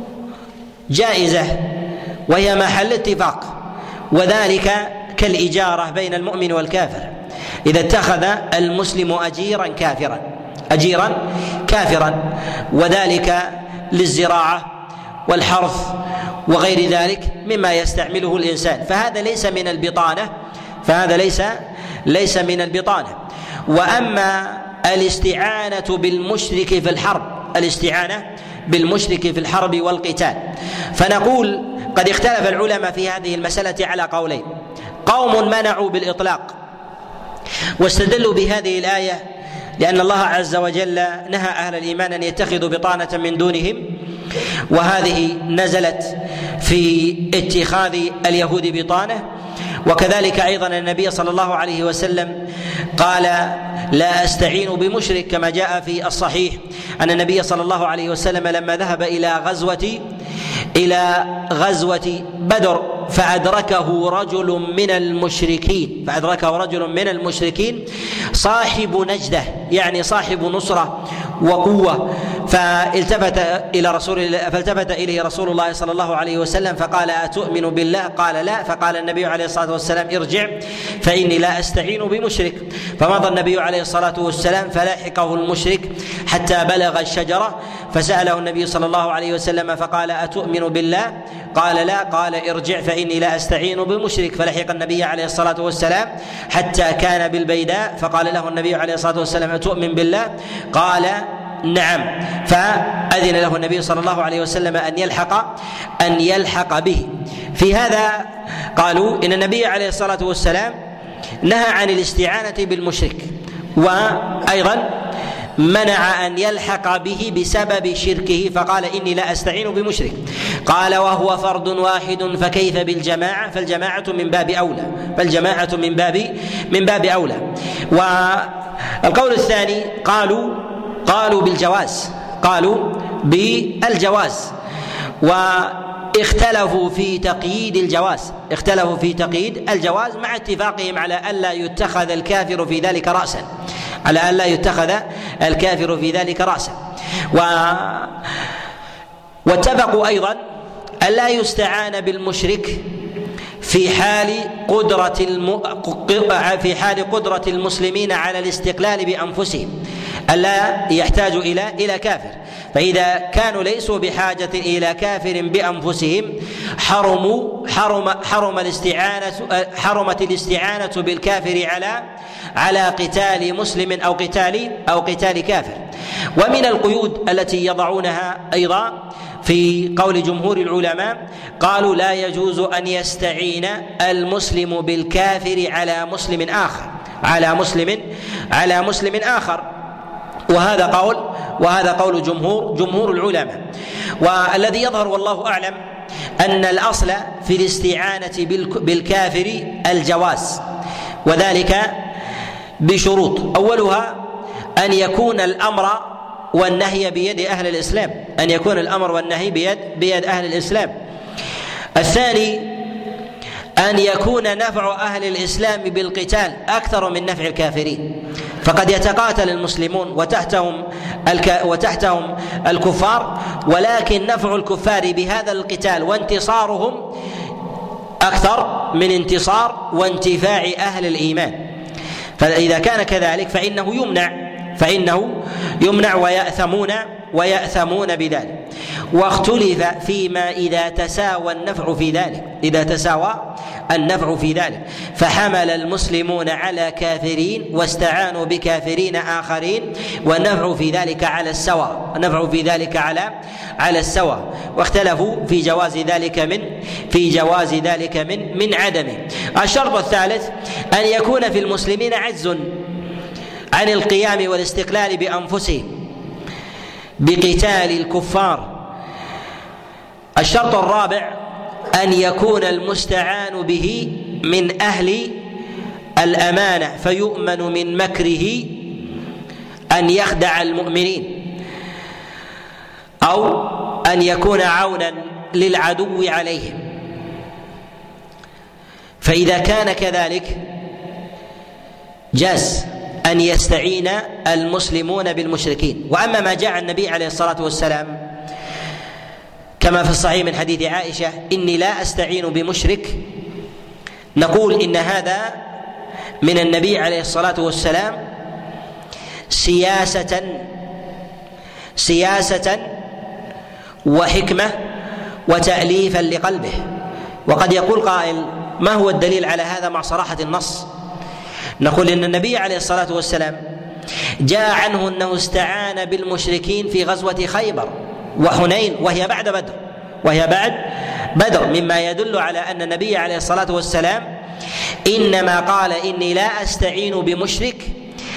جائزة وهي محل اتفاق، وذلك كالإجارة بين المؤمن والكافر، إذا اتخذ المسلم أجيرا كافرا أجيرا كافرا وذلك للزراعة والحرث وغير ذلك مما يستعمله الإنسان، فهذا ليس من البطانة فهذا ليس ليس من البطانة. وأما الاستعانة بالمشرك في الحرب الاستعانة بالمشرك في الحرب والقتال، فنقول قد اختلف العلماء في هذه المسألة على قولين. قوم منعوا بالإطلاق واستدلوا بهذه الآية لأن الله عز وجل نهى أهل الإيمان أن يتخذوا بطانة من دونهم، وهذه نزلت في اتخاذ اليهود بطانة. وكذلك أيضا النبي صلى الله عليه وسلم قال لا أستعين بمشرك، كما جاء في الصحيح أن النبي صلى الله عليه وسلم لما ذهب إلى غزوة إلى غزوة بدر فأدركه رجل من المشركين فأدركه رجل من المشركين صاحب نجدة، يعني صاحب نصرة وقوة، فالتفت إلى رسول فالتفت إليه رسول الله صلى الله عليه وسلم فقال أتؤمن بالله؟ قال لا. فقال النبي عليه الصلاة والسلام ارجع فإني لا أستعين بمشرك. فمضى النبي عليه الصلاة والسلام فلاحقه المشرك حتى بلغ الشجرة، فسأله النبي صلى الله عليه وسلم فقال أتؤمن بالله؟ قال لا. قال ارجع فإني لا أستعين بمشرك. فلحق النبي عليه الصلاة والسلام حتى كان بالبيداء، فقال له النبي عليه الصلاة والسلام أتؤمن بالله؟ قال نعم. فأذن له النبي صلى الله عليه وسلم أن يلحق أن يلحق به. في هذا قالوا إن النبي عليه الصلاة والسلام نهى عن الاستعانة بالمشرك، وأيضا منع أن يلحق به بسبب شركه، فقال إني لا أستعين بمشرك. قال وهو فرد واحد فكيف بالجماعة؟ فالجماعة من باب أولى فالجماعة من باب من باب أولى. والقول الثاني قالوا قالوا بالجواز قالوا بالجواز واختلفوا في تقييد الجواز اختلفوا في تقييد الجواز مع اتفاقهم على ألا يتخذ الكافر في ذلك رأسا على ألا يتخذ الكافر في ذلك رأسا و... واتفقوا أيضا ألا يستعان بالمشرك في حال قدرة الم... في حال قدرة المسلمين على الاستقلال بأنفسهم، ألا يحتاج إلى إلى كافر. فإذا كانوا ليسوا بحاجة إلى كافر بأنفسهم حرموا حرم حرم الاستعانة حرمت الاستعانة بالكافر على على قتال مسلم أو قتال أو قتال كافر. ومن القيود التي يضعونها أيضا في قول جمهور العلماء قالوا لا يجوز أن يستعين المسلم بالكافر على مسلم آخر على مسلم على مسلم آخر وهذا قول وهذا قول جمهور جمهور العلماء. والذي يظهر والله أعلم أن الأصل في الاستعانة بالكافر الجواز، وذلك بشروط. أولها أن يكون الأمر والنهي بيد أهل الإسلام أن يكون الأمر والنهي بيد بيد أهل الإسلام. الثاني أن يكون نفع أهل الإسلام بالقتال أكثر من نفع الكافرين، فقد يتقاتل المسلمون وتحتهم الك... وتحتهم الكفار، ولكن نفع الكفار بهذا القتال وانتصارهم أكثر من انتصار وانتفاع أهل الإيمان. فإذا كان كذلك فإنه يمنع فإنه يمنع ويأثمون ويأثمون بذلك. واختلف فيما إذا تساوى النفع في ذلك إذا تساوى النفع في ذلك فحمل المسلمون على كافرين واستعانوا بكافرين آخرين والنفع في ذلك على السواء النفع في ذلك على على السواء واختلفوا في جواز ذلك من في جواز ذلك من من عدمه. الشرط الثالث أن يكون في المسلمين عجز عن القيام والاستقلال بأنفسهم بقتال الكفار. الشرط الرابع أن يكون المستعان به من أهل الأمانة فيؤمن من مكره أن يخدع المؤمنين، أو أن يكون عونا للعدو عليهم. فإذا كان كذلك جاز أن يستعين المسلمون بالمشركين. وأما ما جاء النبي عليه الصلاة والسلام كما في الصحيح من حديث عائشة إني لا أستعين بمشرك، نقول إن هذا من النبي عليه الصلاة والسلام سياسة سياسة وحكمة وتأليفا لقلبه. وقد يقول قائل ما هو الدليل على هذا مع صراحة النص؟ نقول إن النبي عليه الصلاة والسلام جاء عنه أنه استعان بالمشركين في غزوة خيبر وحنين وهي بعد بدر وهي بعد بدر مما يدل على أن النبي عليه الصلاة والسلام إنما قال إني لا أستعين بمشرك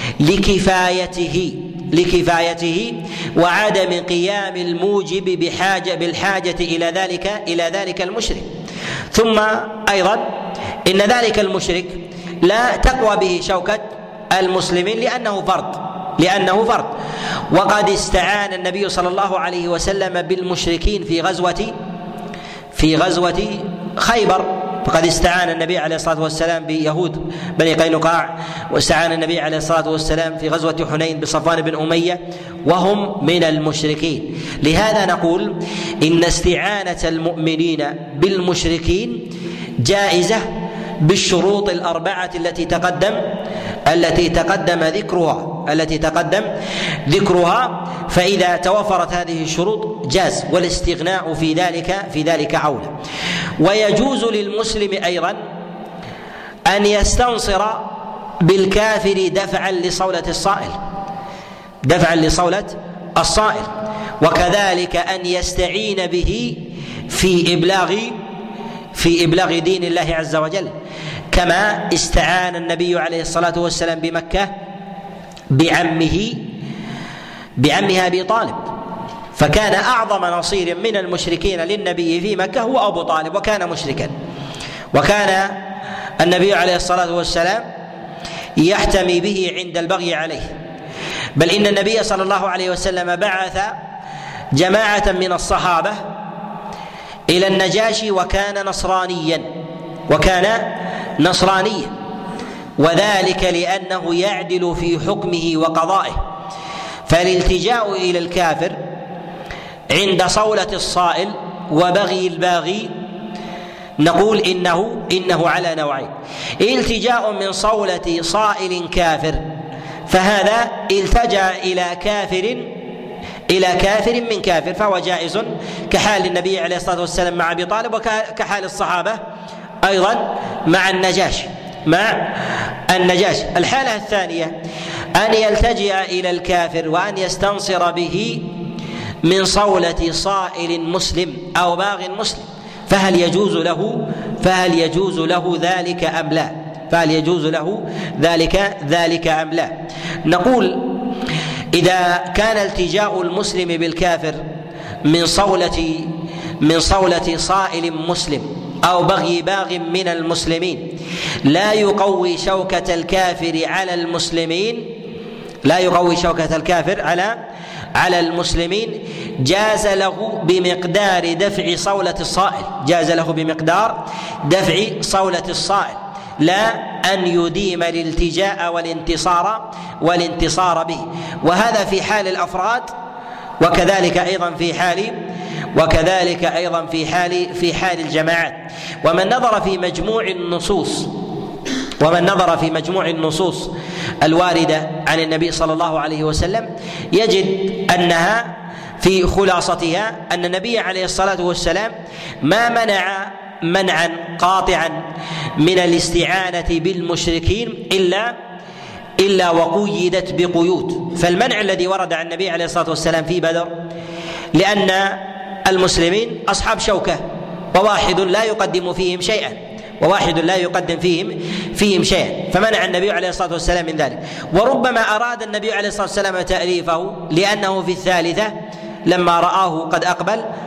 لكفايته لكفايته وعدم قيام الموجب بحاجة بالحاجة إلى ذلك إلى ذلك المشرك. ثم أيضا إن ذلك المشرك لا تقوى به شوكة المسلمين لأنه فرد لأنه فرد وقد استعان النبي صلى الله عليه وسلم بالمشركين في غزوة في غزوة خيبر، فقد استعان النبي عليه الصلاة والسلام بيهود بني قينقاع، واستعان النبي عليه الصلاة والسلام في غزوة حنين بصفوان بن أمية وهم من المشركين. لهذا نقول إن استعانة المؤمنين بالمشركين جائزة بالشروط الأربعة التي تقدم التي تقدم ذكرها التي تقدم ذكرها فإذا توفرت هذه الشروط جاز، والاستغناء في ذلك في ذلك أولى. ويجوز للمسلم أيضا أن يستنصر بالكافر دفعا لصولة الصائل دفعا لصولة الصائل وكذلك أن يستعين به في إبلاغ في إبلاغ دين الله عز وجل، كما استعان النبي عليه الصلاة والسلام بمكة بعمه بعمها أبي طالب، فكان أعظم نصير من المشركين للنبي في مكة هو أبو طالب وكان مشركا، وكان النبي عليه الصلاة والسلام يحتمي به عند البغي عليه. بل إن النبي صلى الله عليه وسلم بعث جماعة من الصحابة إلى النجاشي وكان نصرانيا وكان نصرانيا وذلك لأنه يعدل في حكمه وقضائه. فالالتجاء إلى الكافر عند صولة الصائل وبغي الباغي نقول إنه إنه على نوعين: التجاء من صولة صائل كافر فهذا التجأ إلى كافر إلى كافر من كافر فهو جائز كحال النبي عليه الصلاة والسلام مع أبي طالب وكحال الصحابة أيضا مع النجاشي مع النجاشي. الحالة الثانية أن يلتجئ إلى الكافر وأن يستنصر به من صولة صائل مسلم أو باغ مسلم، فهل يجوز له فهل يجوز له ذلك أم لا؟ فهل يجوز له ذلك ذلك أم لا؟ نقول إذا كان التجاء المسلم بالكافر من صولة من صولة صائل مسلم أو بغي باغ من المسلمين لا يقوي شوكة الكافر على المسلمين لا يقوي شوكة الكافر على على المسلمين جاز له بمقدار دفع صولة الصائل جاز له بمقدار دفع صولة الصائل، لا أن يديم الالتجاء والانتصار والانتصار به. وهذا في حال الأفراد وكذلك أيضا في حال وكذلك أيضا في حال في حال الجماعات. ومن نظر في مجموع النصوص ومن نظر في مجموع النصوص الواردة عن النبي صلى الله عليه وسلم يجد أنها في خلاصتها أن النبي عليه الصلاة والسلام ما منع منعا قاطعا من الاستعانة بالمشركين إلا إلا وقيدت بقيود. فالمنع الذي ورد عن النبي عليه الصلاة والسلام في بدر لأن المسلمين أصحاب شوكة وواحد لا يقدم فيهم شيئا وواحد لا يقدم فيهم فيهم شيئا فمنع النبي عليه الصلاة والسلام من ذلك. وربما أراد النبي عليه الصلاة والسلام تأليفه لأنه في الثالثة لما رآه قد أقبل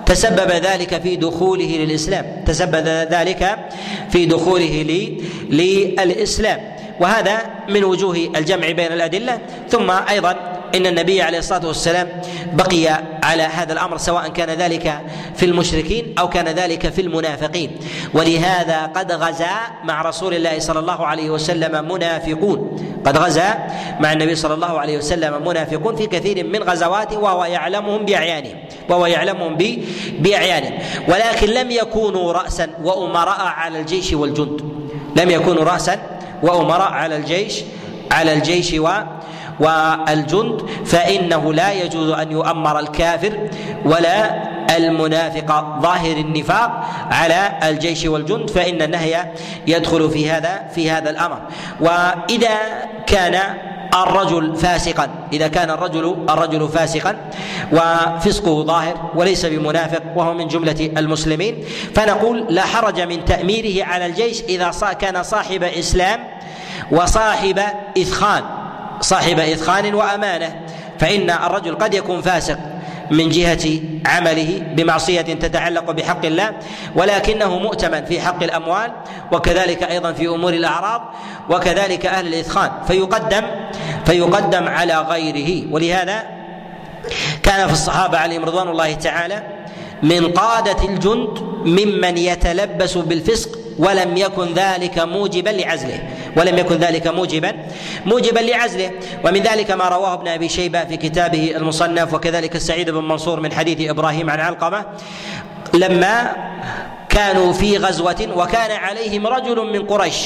تسبب ذلك في دخوله للإسلام تسبب ذلك في دخوله للإسلام وهذا من وجوه الجمع بين الأدلة. ثم أيضا إن النبي عليه الصلاة والسلام بقي على هذا الأمر سواء كان ذلك في المشركين أو كان ذلك في المنافقين، ولهذا قد غزا مع رسول الله صلى الله عليه وسلم منافقون قد غزا مع النبي صلى الله عليه وسلم منافقون في كثير من غزواته وهو يعلمهم بأعيانهم وهو يعلمهم بأعيانهم ولكن لم يكونوا رأسا وأمراء على الجيش والجند لم يكونوا رأسا وأمراء على الجيش على الجيش و والجند فإنه لا يجوز أن يؤمر الكافر ولا المنافق ظاهر النفاق على الجيش والجند، فإن النهي يدخل في هذا في هذا الأمر. وإذا كان الرجل فاسقا إذا كان الرجل الرجل فاسقا وفسقه ظاهر وليس بمنافق وهو من جملة المسلمين، فنقول لا حرج من تأميره على الجيش إذا كان صاحب إسلام وصاحب إثخان صاحب إثخان وأمانة. فإن الرجل قد يكون فاسق من جهة عمله بمعصية تتعلق بحق الله ولكنه مؤتمن في حق الأموال وكذلك أيضا في أمور الأعراض وكذلك أهل الإثخان فيقدم فيقدم على غيره. ولهذا كان في الصحابة عليهم رضوان الله تعالى من قادة الجند ممن يتلبس بالفسق ولم يكن ذلك موجبا لعزله ولم يكن ذلك موجبا موجبا لعزله ومن ذلك ما رواه ابن أبي شيبة في كتابه المصنف وكذلك السعيد بن منصور من حديث إبراهيم عن علقمة لما كانوا في غزوة وكان عليهم رجل من قريش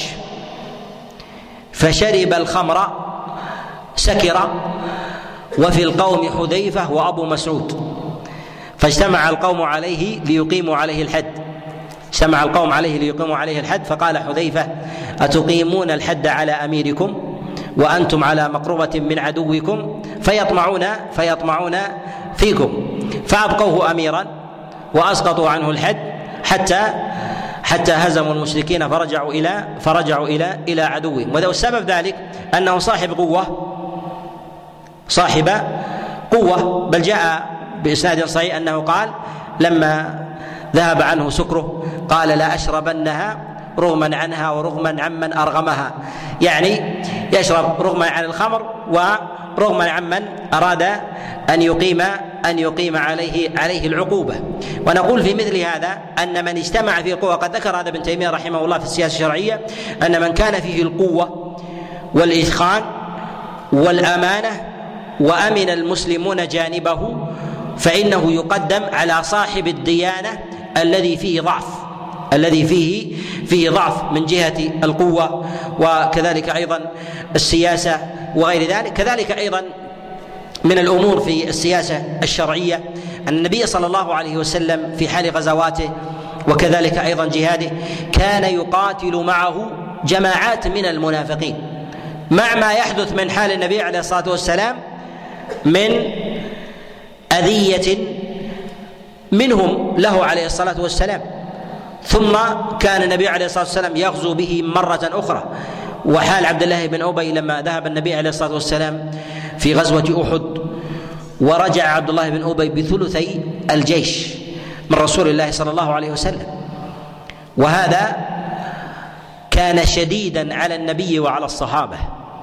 فشرب الخمر سكر وفي القوم حذيفة وأبو مسعود فاجتمع القوم عليه ليقيموا عليه الحد اجتمع القوم عليه ليقيموا عليه الحد فقال حذيفة أتقيمون الحد على أميركم وأنتم على مقربة من عدوكم فيطمعون فيطمعون فيكم فأبقوه أميرا وأسقطوا عنه الحد حتى حتى هزموا المشركين فرجعوا إلى فرجعوا إلى إلى عدوهم. وذو السبب ذلك أنه صاحب قوة صاحب قوة بل جاء بإسناد صحيح أنه قال لما ذهب عنه سكره قال لا أشربنها رغما عنها ورغما عمن أرغمها، يعني يشرب رغما عن الخمر ورغما عمن أراد أن يقيم أن يقيم عليه عليه العقوبة. ونقول في مثل هذا أن من اجتمع فيه القوة قد ذكر هذا ابن تيمية رحمه الله في السياسة الشرعية أن من كان فيه القوة والإثخان والأمانة وأمن المسلمون جانبه فإنه يقدم على صاحب الديانة الذي فيه ضعف الذي فيه فيه ضعف من جهة القوة وكذلك أيضا السياسة وغير ذلك. كذلك أيضا من الأمور في السياسة الشرعية أن النبي صلى الله عليه وسلم في حال غزواته وكذلك أيضا جهاده كان يقاتل معه جماعات من المنافقين مع ما يحدث من حال النبي عليه الصلاة والسلام من أذية منهم له عليه الصلاة والسلام، ثم كان النبي عليه الصلاة والسلام يغزو به مرة أخرى. وحال عبد الله بن أبي لما ذهب النبي عليه الصلاة والسلام في غزوة أحد ورجع عبد الله بن أبي بثلثي الجيش من رسول الله صلى الله عليه وسلم، وهذا كان شديدا على النبي وعلى الصحابة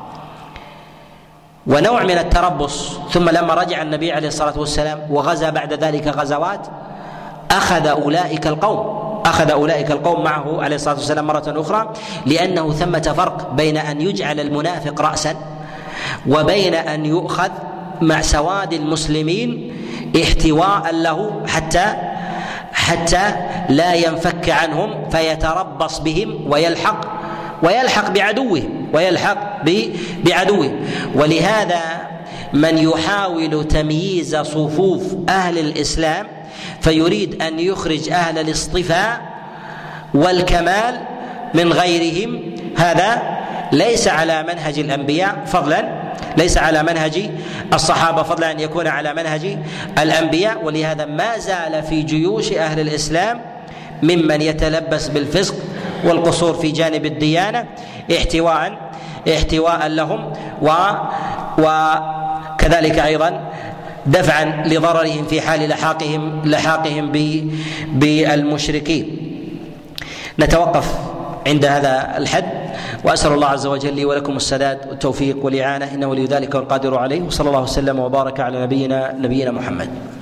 ونوع من التربص. ثم لما رجع النبي عليه الصلاة والسلام وغزا بعد ذلك غزوات أخذ أولئك القوم أخذ أولئك القوم معه عليه الصلاة والسلام مرة أخرى، لأنه ثمة فرق بين أن يجعل المنافق رأسا وبين أن يؤخذ مع سواد المسلمين احتواء له حتى حتى لا ينفك عنهم فيتربص بهم ويلحق ويلحق بعدوهم ويلحق بعدوهم. ولهذا من يحاول تمييز صفوف أهل الإسلام فيريد أن يخرج أهل الاصطفاء والكمال من غيرهم، هذا ليس على منهج الأنبياء فضلا ليس على منهج الصحابة فضلا أن يكون على منهج الأنبياء. ولهذا ما زال في جيوش أهل الإسلام ممن يتلبس بالفسق والقصور في جانب الديانة احتواء احتواء لهم و وكذلك أيضا دفعا لضررهم في حال لحاقهم لحاقهم بالمشركين. نتوقف عند هذا الحد، وأسأل الله عز وجل لي ولكم السداد والتوفيق والإعانة، إنه ولي ذلك والقادر عليه، وصلى الله وسلم وبارك على نبينا نبينا محمد.